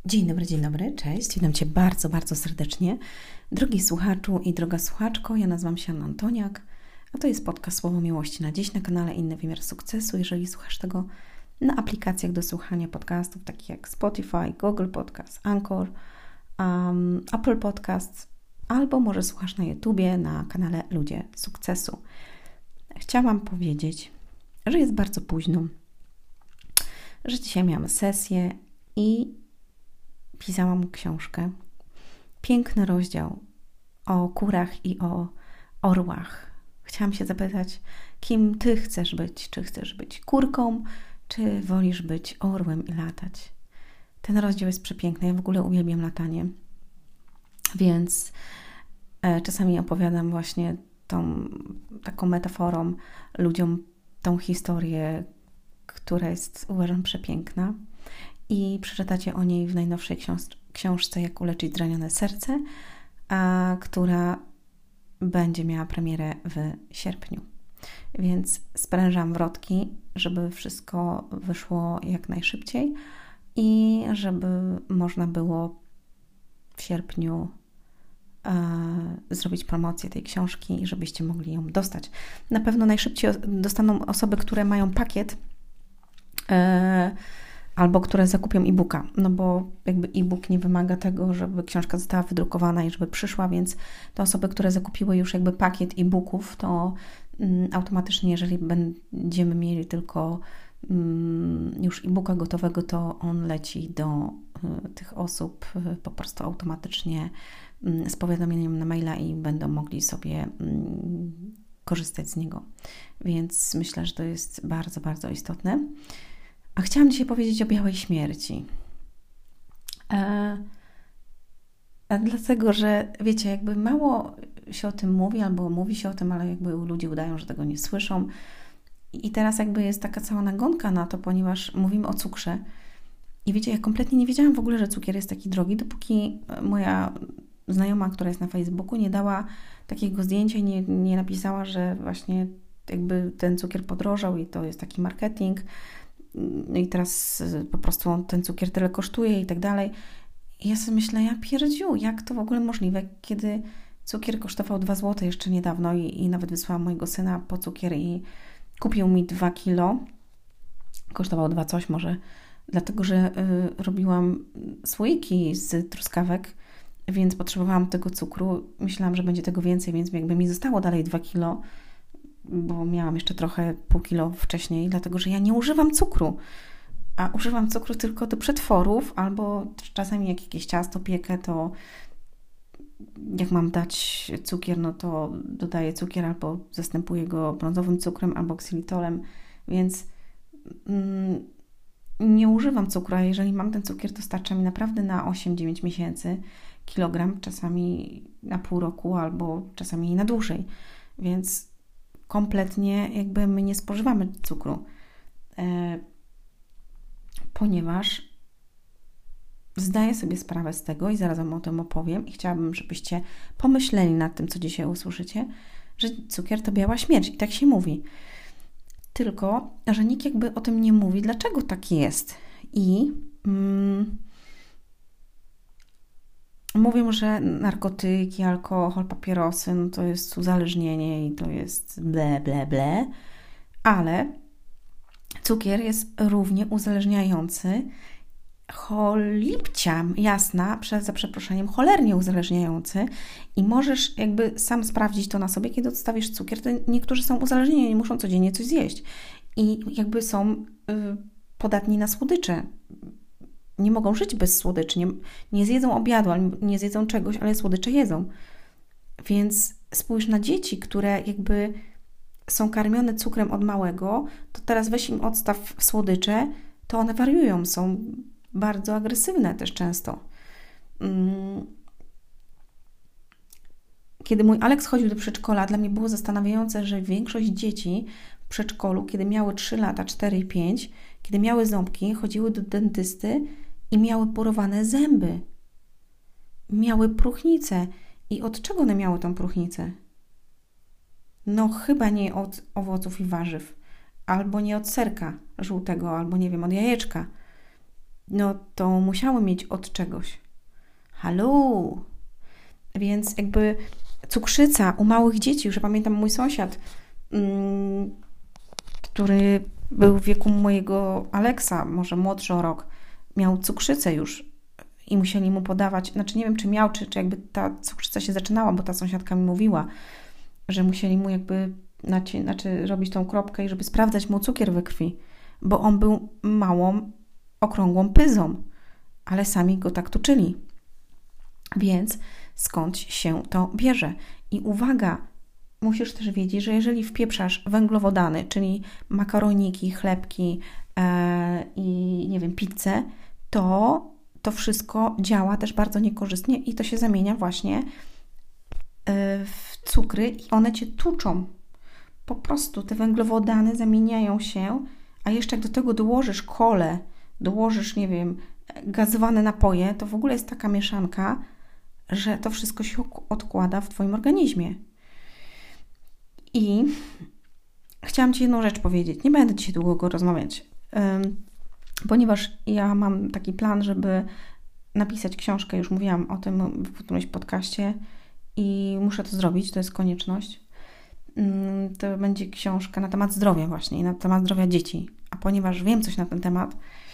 Dzień dobry, cześć. Witam Cię bardzo, bardzo serdecznie. Drogi słuchaczu i droga słuchaczko, ja nazywam się Anna Antoniak, a to jest podcast Słowo Miłości na dziś na kanale Inny Wymiar Sukcesu. Jeżeli słuchasz tego na aplikacjach do słuchania podcastów, takich jak Spotify, Google Podcast, Anchor, Apple Podcast, albo może słuchasz na YouTubie, na kanale Ludzie Sukcesu. Chciałam powiedzieć, że jest bardzo późno, że dzisiaj miałam sesję i pisałam książkę. Piękny rozdział o kurach i o orłach. Chciałam się zapytać, kim Ty chcesz być? Czy chcesz być kurką, czy wolisz być orłem i latać? Ten rozdział jest przepiękny. Ja w ogóle uwielbiam latanie. Więc czasami opowiadam właśnie tą taką metaforą ludziom tą historię, która jest, uważam, przepiękna. I przeczytacie o niej w najnowszej książce Jak uleczyć zranione serce, która będzie miała premierę w sierpniu. Więc sprężam wrotki, żeby wszystko wyszło jak najszybciej i żeby można było w sierpniu zrobić promocję tej książki i żebyście mogli ją dostać. Na pewno najszybciej dostaną osoby, które mają pakiet albo które zakupią e-booka, no bo jakby e-book nie wymaga tego, żeby książka została wydrukowana i żeby przyszła, więc te osoby, które zakupiły już jakby pakiet e-booków, to automatycznie, jeżeli będziemy mieli tylko już e-booka gotowego, to on leci do tych osób po prostu automatycznie z powiadomieniem na maila i będą mogli sobie korzystać z niego. Więc myślę, że to jest bardzo, bardzo istotne. A chciałam dzisiaj powiedzieć o białej śmierci. Dlatego, że wiecie, jakby mało się o tym mówi, albo mówi się o tym, ale jakby ludzie udają, że tego nie słyszą. I teraz jakby jest taka cała nagonka na to, ponieważ mówimy o cukrze. I wiecie, ja kompletnie nie wiedziałam w ogóle, że cukier jest taki drogi, dopóki moja znajoma, która jest na Facebooku, nie dała takiego zdjęcia i nie napisała, że właśnie jakby ten cukier podrożał i to jest taki marketing. I teraz po prostu ten cukier tyle kosztuje i tak dalej. I ja sobie myślę, ja pierdziu, jak to w ogóle możliwe, kiedy cukier kosztował 2 zł jeszcze niedawno i nawet wysłałam mojego syna po cukier i kupił mi 2 kilo. Kosztował 2 coś może, dlatego że robiłam słoiki z truskawek, więc potrzebowałam tego cukru. Myślałam, że będzie tego więcej, więc jakby mi zostało dalej 2 kilo, bo miałam jeszcze trochę pół kilo wcześniej, dlatego że ja nie używam cukru, a używam cukru tylko do przetworów, albo czasami jak jakieś ciasto piekę, to jak mam dać cukier, no to dodaję cukier albo zastępuję go brązowym cukrem albo ksylitolem, więc nie używam cukru, a jeżeli mam ten cukier, to starcza mi naprawdę na 8-9 miesięcy, kilogram, czasami na pół roku albo czasami na dłużej, więc kompletnie jakby my nie spożywamy cukru, ponieważ zdaję sobie sprawę z tego i zaraz Wam o tym opowiem i chciałabym, żebyście pomyśleli nad tym, co dzisiaj usłyszycie, że cukier to biała śmierć i tak się mówi. Tylko, że nikt jakby o tym nie mówi, dlaczego tak jest. I mówią, że narkotyki, alkohol, papierosy, no to jest uzależnienie i to jest ble, ble, ble, ale cukier jest równie uzależniający, cholipciam, jasna, za przeproszeniem, cholernie uzależniający i możesz jakby sam sprawdzić to na sobie, kiedy odstawisz cukier, to niektórzy są uzależnieni, nie muszą codziennie coś zjeść i jakby są podatni na słodycze. Nie mogą żyć bez słodyczy, nie zjedzą obiadu, nie zjedzą czegoś, ale słodycze jedzą. Więc spójrz na dzieci, które jakby są karmione cukrem od małego, to teraz weź im odstaw słodycze, to one wariują, są bardzo agresywne też często. Kiedy mój Aleks chodził do przedszkola, dla mnie było zastanawiające, że większość dzieci w przedszkolu, kiedy miały 3 lata, 4 i 5, kiedy miały ząbki, chodziły do dentysty i miały porowane zęby. Miały próchnicę. I od czego one miały tą próchnicę? No chyba nie od owoców i warzyw. Albo nie od serka żółtego, albo nie wiem, od jajeczka. no to musiały mieć od czegoś. Halo! Więc jakby cukrzyca u małych dzieci, już pamiętam mój sąsiad, który był w wieku mojego Aleksa, może młodszy o rok, miał cukrzycę już i musieli mu podawać, znaczy nie wiem, czy miał, czy jakby ta cukrzyca się zaczynała, bo ta sąsiadka mi mówiła, że musieli mu jakby robić tą kropkę i żeby sprawdzać mu cukier we krwi, bo on był małą, okrągłą pyzą, ale sami go tak tuczyli. Więc skąd się to bierze? I uwaga, musisz też wiedzieć, że jeżeli wpieprzasz węglowodany, czyli makaroniki, chlebki i nie wiem, pizzę, to wszystko działa też bardzo niekorzystnie i to się zamienia właśnie w cukry i one Cię tuczą. Po prostu te węglowodany zamieniają się, a jeszcze jak do tego dołożysz kolę, dołożysz, nie wiem, gazowane napoje, to w ogóle jest taka mieszanka, że to wszystko się odkłada w Twoim organizmie. I chciałam Ci jedną rzecz powiedzieć. Nie będę dzisiaj długo rozmawiać, ponieważ ja mam taki plan, żeby napisać książkę. Już mówiłam o tym w którymś podcaście i muszę to zrobić. To jest konieczność. To będzie książka na temat zdrowia właśnie, na temat zdrowia dzieci. A ponieważ wiem coś na ten temat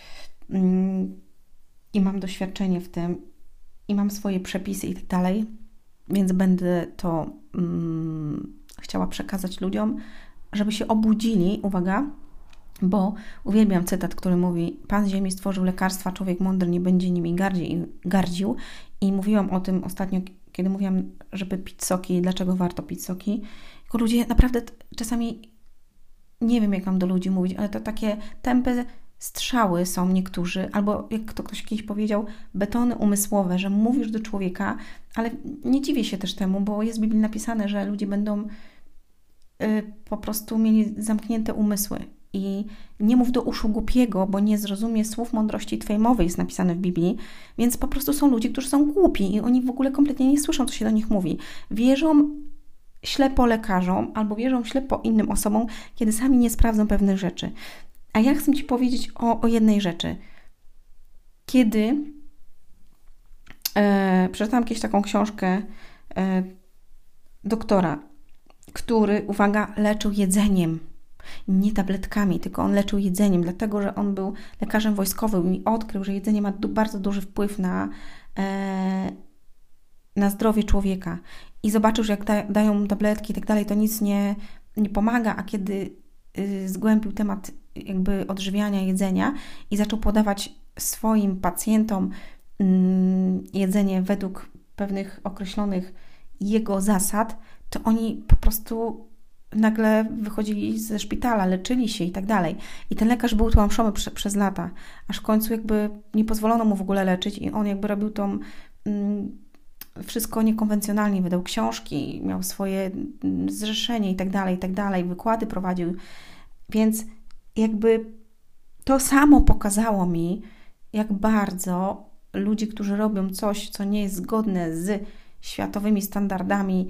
i mam doświadczenie w tym i mam swoje przepisy i tak dalej, więc będę to chciała przekazać ludziom, żeby się obudzili, uwaga, bo uwielbiam cytat, który mówi: Pan z ziemi stworzył lekarstwa, człowiek mądry nie będzie nimi gardził. I mówiłam o tym ostatnio, kiedy mówiłam, żeby pić soki, dlaczego warto pić soki. Tylko ludzie naprawdę czasami, nie wiem jak mam do ludzi mówić, ale to takie tępe strzały są niektórzy, albo jak to ktoś kiedyś powiedział, betony umysłowe, że mówisz do człowieka, ale nie dziwię się też temu, bo jest w Biblii napisane, że ludzie będą po prostu mieli zamknięte umysły. I nie mów do uszu głupiego, bo nie zrozumie słów mądrości Twojej mowy, jest napisane w Biblii, więc po prostu są ludzie, którzy są głupi i oni w ogóle kompletnie nie słyszą, co się do nich mówi. Wierzą ślepo lekarzom albo wierzą ślepo innym osobom, kiedy sami nie sprawdzą pewnych rzeczy. A ja chcę Ci powiedzieć o jednej rzeczy. Kiedy przeczytałam kiedyś taką książkę doktora, który, uwaga, leczył jedzeniem. Nie tabletkami, tylko on leczył jedzeniem, dlatego, że on był lekarzem wojskowym i odkrył, że jedzenie ma bardzo duży wpływ na zdrowie człowieka. I zobaczył, że jak dają tabletki i tak dalej, to nic nie pomaga, a kiedy zgłębił temat jakby odżywiania, jedzenia i zaczął podawać swoim pacjentom jedzenie według pewnych określonych jego zasad, to oni po prostu nagle wychodzili ze szpitala, leczyli się i tak dalej. I ten lekarz był tłamszony przez lata, aż w końcu jakby nie pozwolono mu w ogóle leczyć i on jakby robił tą wszystko niekonwencjonalnie, wydał książki, miał swoje zrzeszenie i tak dalej, wykłady prowadził. Więc jakby to samo pokazało mi, jak bardzo ludzie, którzy robią coś, co nie jest zgodne z światowymi standardami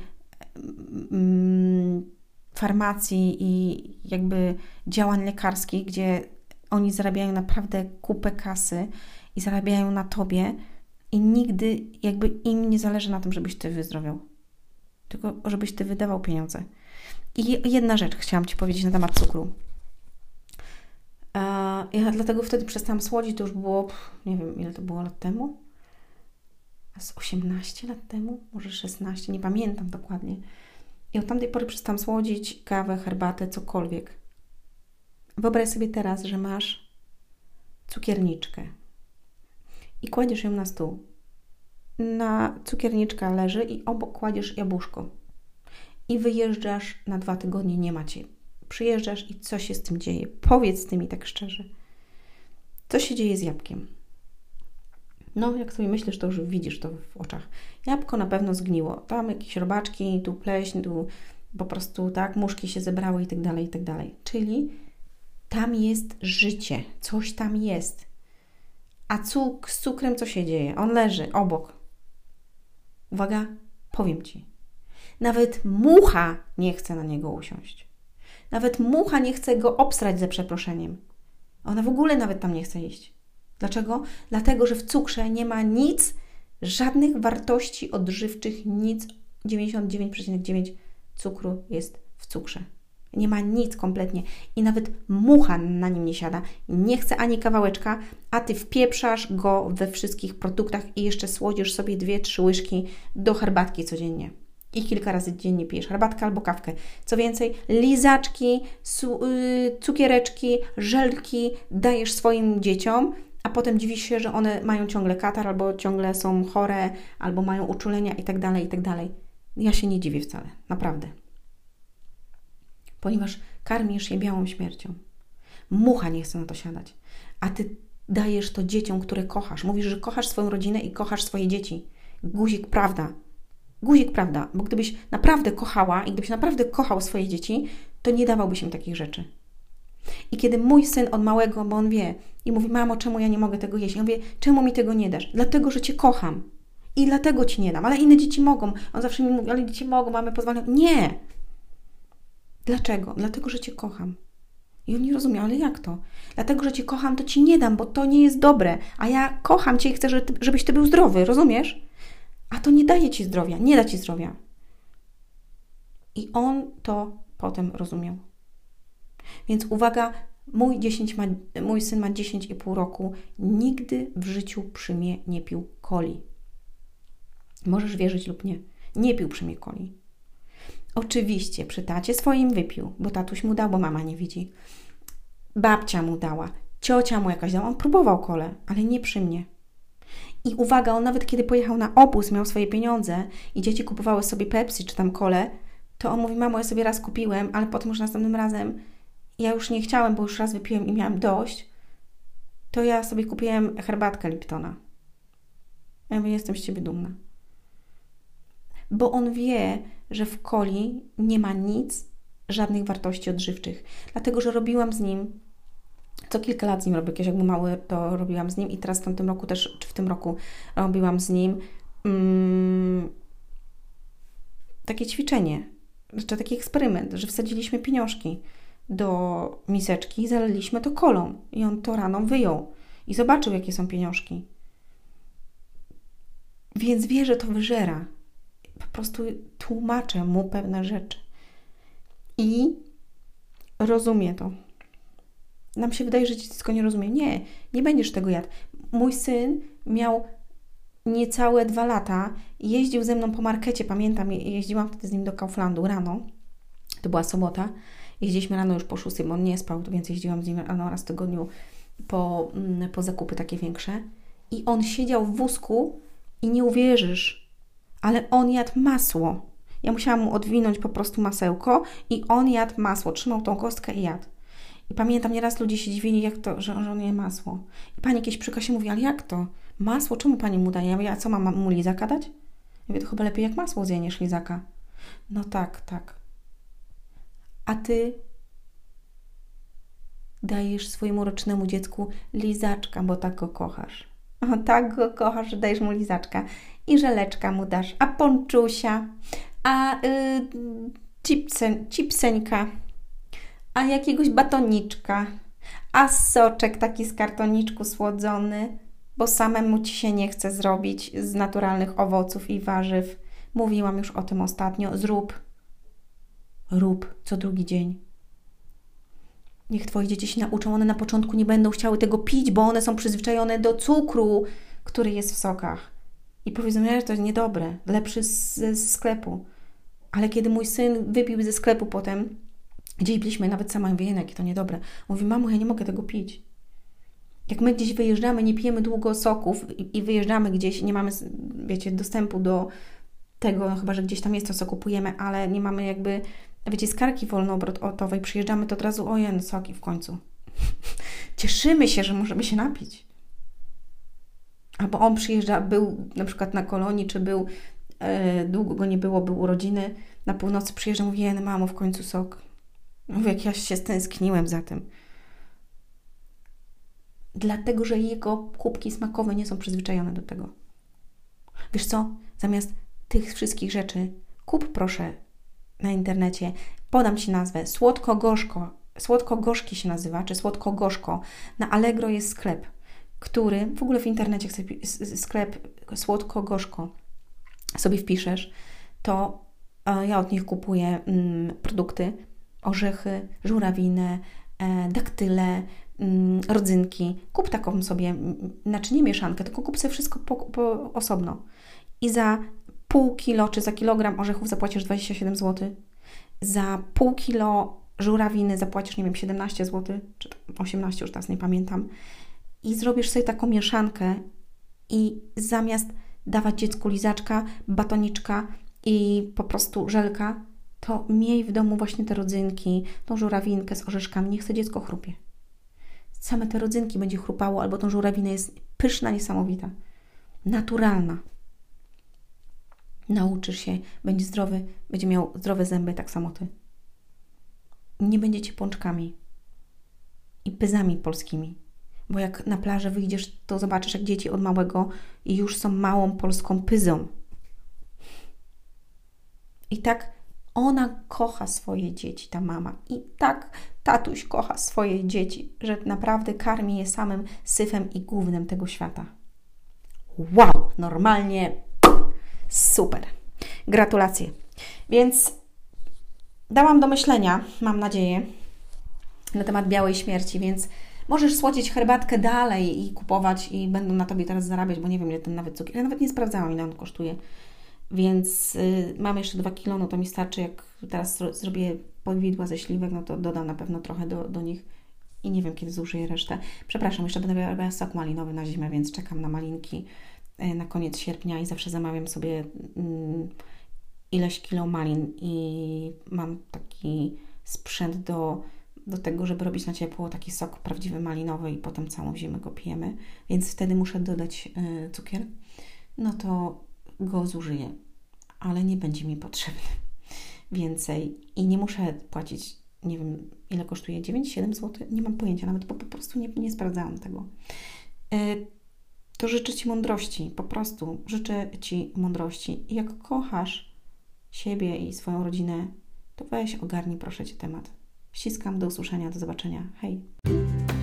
farmacji i jakby działań lekarskich, gdzie oni zarabiają naprawdę kupę kasy i zarabiają na Tobie i nigdy jakby im nie zależy na tym, żebyś Ty wyzdrowiał, tylko żebyś Ty wydawał pieniądze. I jedna rzecz chciałam Ci powiedzieć na temat cukru. Ja dlatego wtedy przestałam słodzić, to już było, nie wiem ile to było lat temu, z 18 lat temu, może 16, nie pamiętam dokładnie. I od tamtej pory przestałam słodzić kawę, herbatę, cokolwiek. Wyobraź sobie teraz, że masz cukierniczkę i kładziesz ją na stół. Cukierniczka leży i obok kładziesz jabłuszko. I wyjeżdżasz na 2 tygodnie, nie ma Cię. Przyjeżdżasz i co się z tym dzieje? Powiedz mi tak szczerze. Co się dzieje z jabłkiem? No, jak sobie myślisz, to już widzisz to w oczach. Jabłko na pewno zgniło. Tam jakieś robaczki, tu pleśń, tu po prostu tak, muszki się zebrały i tak dalej, i tak dalej. Czyli tam jest życie. Coś tam jest. A z cukrem co się dzieje? On leży obok. Uwaga, powiem Ci. Nawet mucha nie chce na niego usiąść. Nawet mucha nie chce go obsrać ze przeproszeniem. Ona w ogóle nawet tam nie chce iść. Dlaczego? Dlatego, że w cukrze nie ma nic, żadnych wartości odżywczych, nic. 99,9% cukru jest w cukrze. Nie ma nic kompletnie i nawet mucha na nim nie siada. Nie chce ani kawałeczka, a Ty wpieprzasz go we wszystkich produktach i jeszcze słodzisz sobie 2-3 łyżki do herbatki codziennie. I kilka razy dziennie pijesz herbatkę albo kawkę. Co więcej, lizaczki, cukiereczki, żelki dajesz swoim dzieciom, a potem dziwisz się, że one mają ciągle katar, albo ciągle są chore, albo mają uczulenia i tak dalej, i tak dalej. Ja się nie dziwię wcale, naprawdę. Ponieważ karmisz je białą śmiercią. Mucha nie chce na to siadać. A Ty dajesz to dzieciom, które kochasz. Mówisz, że kochasz swoją rodzinę i kochasz swoje dzieci. Guzik, prawda. Guzik, prawda. Bo gdybyś naprawdę kochała i gdybyś naprawdę kochał swoje dzieci, to nie dawałbyś im takich rzeczy. I kiedy mój syn od małego, bo on wie i mówi, mamo, czemu ja nie mogę tego jeść? Ja mówię, czemu mi tego nie dasz? Dlatego, że Cię kocham. I dlatego Ci nie dam. Ale inne dzieci mogą. On zawsze mi mówi, ale dzieci mogą, mamy pozwolenie. Nie! Dlaczego? Dlatego, że Cię kocham. I on nie rozumie, ale jak to? Dlatego, że Cię kocham, to Ci nie dam, bo to nie jest dobre. A ja kocham Cię i chcę, żebyś Ty był zdrowy, rozumiesz? A to nie daje Ci zdrowia, nie da Ci zdrowia. I on to potem rozumiał. Więc uwaga, mój syn ma 10,5 roku, nigdy w życiu przy mnie nie pił coli. Możesz wierzyć lub nie. Nie pił przy mnie coli. Oczywiście przy tacie swoim wypił, bo tatuś mu dał, bo mama nie widzi. Babcia mu dała, ciocia mu jakaś dała. On próbował kolę, ale nie przy mnie. I uwaga, on nawet kiedy pojechał na obóz, miał swoje pieniądze i dzieci kupowały sobie Pepsi czy tam kolę, to on mówi, mamo, ja sobie raz kupiłem, ale potem już następnym razem ja już nie chciałem, bo już raz wypiłem i miałem dość, to ja sobie kupiłem herbatkę Liptona. Ja mówię, jestem z Ciebie dumna. Bo on wie, że w coli nie ma nic, żadnych wartości odżywczych. Dlatego, że robiłam z nim, co kilka lat z nim robię, jakieś jak był mały, to robiłam z nim i teraz w tamtym roku też, czy w tym roku robiłam z nim takie ćwiczenie, czy taki eksperyment, że wsadziliśmy pieniążki do miseczki i zaliliśmy to kolą i on to rano wyjął i zobaczył, jakie są pieniążki. Więc wie, że to wyżera. Po prostu tłumaczę mu pewne rzeczy. I rozumie to. Nam się wydaje, że dziecko nie rozumie. Nie, nie będziesz tego jadł. Mój syn miał niecałe 2 lata i jeździł ze mną po markecie. Pamiętam, jeździłam wtedy z nim do Kauflandu rano. To była sobota. Jeździliśmy rano już po 6, bo on nie spał, więc jeździłam z nim rano raz w tygodniu po zakupy takie większe. I on siedział w wózku i nie uwierzysz, ale on jadł masło. Ja musiałam mu odwinąć po prostu masełko i on jadł masło. Trzymał tą kostkę i jadł. I pamiętam, nieraz ludzie się dziwili, jak to, że on je masło. I pani jakieś przy kasie mówi, ale jak to? Masło? Czemu pani mu daje? Ja mówię, a co, mam mu lizaka dać? Ja mówię, to chyba lepiej jak masło zje niż lizaka. No tak, tak. A Ty dajesz swojemu rocznemu dziecku lizaczka, bo tak go kochasz. O, tak go kochasz, że dajesz mu lizaczka. I żeleczka mu dasz, a ponczusia, a chipseńka, a jakiegoś batoniczka, a soczek taki z kartoniczku słodzony, bo samemu Ci się nie chce zrobić z naturalnych owoców i warzyw. Mówiłam już o tym ostatnio. Rób co drugi dzień. Niech Twoje dzieci się nauczą. One na początku nie będą chciały tego pić, bo one są przyzwyczajone do cukru, który jest w sokach. I powiedzą, że to jest niedobre, lepszy ze sklepu. Ale kiedy mój syn wypił ze sklepu potem, gdzieś byliśmy, nawet sama mówię, jakie to niedobre. Mówi, mamo, ja nie mogę tego pić. Jak my gdzieś wyjeżdżamy, nie pijemy długo soków i wyjeżdżamy gdzieś, nie mamy, wiecie, dostępu do tego, no chyba, że gdzieś tam jest to, co kupujemy, ale nie mamy jakby, wiecie, skargi wolnoobrotowej, przyjeżdżamy, to od razu, ojej, soki w końcu. Cieszymy się, że możemy się napić. Albo on przyjeżdża, był na przykład na kolonii, czy był, długo go nie było, był urodziny, na północy przyjeżdża, mówi, mamo, w końcu sok. Mówię, jak ja się stęskniłem za tym. Dlatego, że jego kubki smakowe nie są przyzwyczajone do tego. Wiesz co? Zamiast tych wszystkich rzeczy kup proszę na internecie, podam Ci nazwę, słodko-gorzko, słodko-gorzki się nazywa, czy słodko-gorzko. Na Allegro jest sklep. który w ogóle w internecie, jak sobie sklep słodko-gorzko sobie wpiszesz, to ja od nich kupuję produkty, orzechy, żurawinę, daktyle, rodzynki. Kup taką sobie, znaczy nie mieszankę, tylko kup sobie wszystko po osobno. I za pół kilo, czy za kilogram orzechów zapłacisz 27 zł. Za pół kilo żurawiny zapłacisz, nie wiem, 17 zł, czy 18, już teraz nie pamiętam. I zrobisz sobie taką mieszankę i zamiast dawać dziecku lizaczka, batoniczka i po prostu żelka, to miej w domu właśnie te rodzynki, tą żurawinkę z orzeszkami, niech sobie dziecko chrupie. Same te rodzynki będzie chrupało, albo tą żurawinę jest pyszna, niesamowita. Naturalna. Nauczysz się, będzie zdrowy, będzie miał zdrowe zęby, tak samo Ty. Nie będziecie pączkami i pyzami polskimi. Bo jak na plażę wyjdziesz, to zobaczysz, jak dzieci od małego już są małą polską pyzą. I tak ona kocha swoje dzieci, ta mama. I tak tatuś kocha swoje dzieci, że naprawdę karmi je samym syfem i gównem tego świata. Wow! Normalnie super. Gratulacje. Więc dałam do myślenia, mam nadzieję, na temat białej śmierci, więc możesz słodzić herbatkę dalej i kupować i będą na Tobie teraz zarabiać, bo nie wiem, ile ten nawet cukier. Ja nawet nie sprawdzałam, ile on kosztuje. Więc mam jeszcze 2 kilo, no to mi starczy. Jak teraz zrobię powidła ze śliwek, no to dodam na pewno trochę do nich i nie wiem, kiedy zużyję resztę. Przepraszam, jeszcze będę robiła sok malinowy na zimę, więc czekam na malinki na koniec sierpnia i zawsze zamawiam sobie ileś kilo malin i mam taki sprzęt do tego, żeby robić na ciepło taki sok prawdziwy malinowy i potem całą zimę go pijemy, więc wtedy muszę dodać cukier, no to go zużyję, ale nie będzie mi potrzebny więcej i nie muszę płacić, nie wiem, ile kosztuje, 9-7 zł, nie mam pojęcia nawet, bo po prostu nie sprawdzałam tego. To życzę Ci mądrości, po prostu życzę Ci mądrości. I jak kochasz siebie i swoją rodzinę, to weź ogarnij proszę Cię temat. Ściskam, do usłyszenia, do zobaczenia. Hej!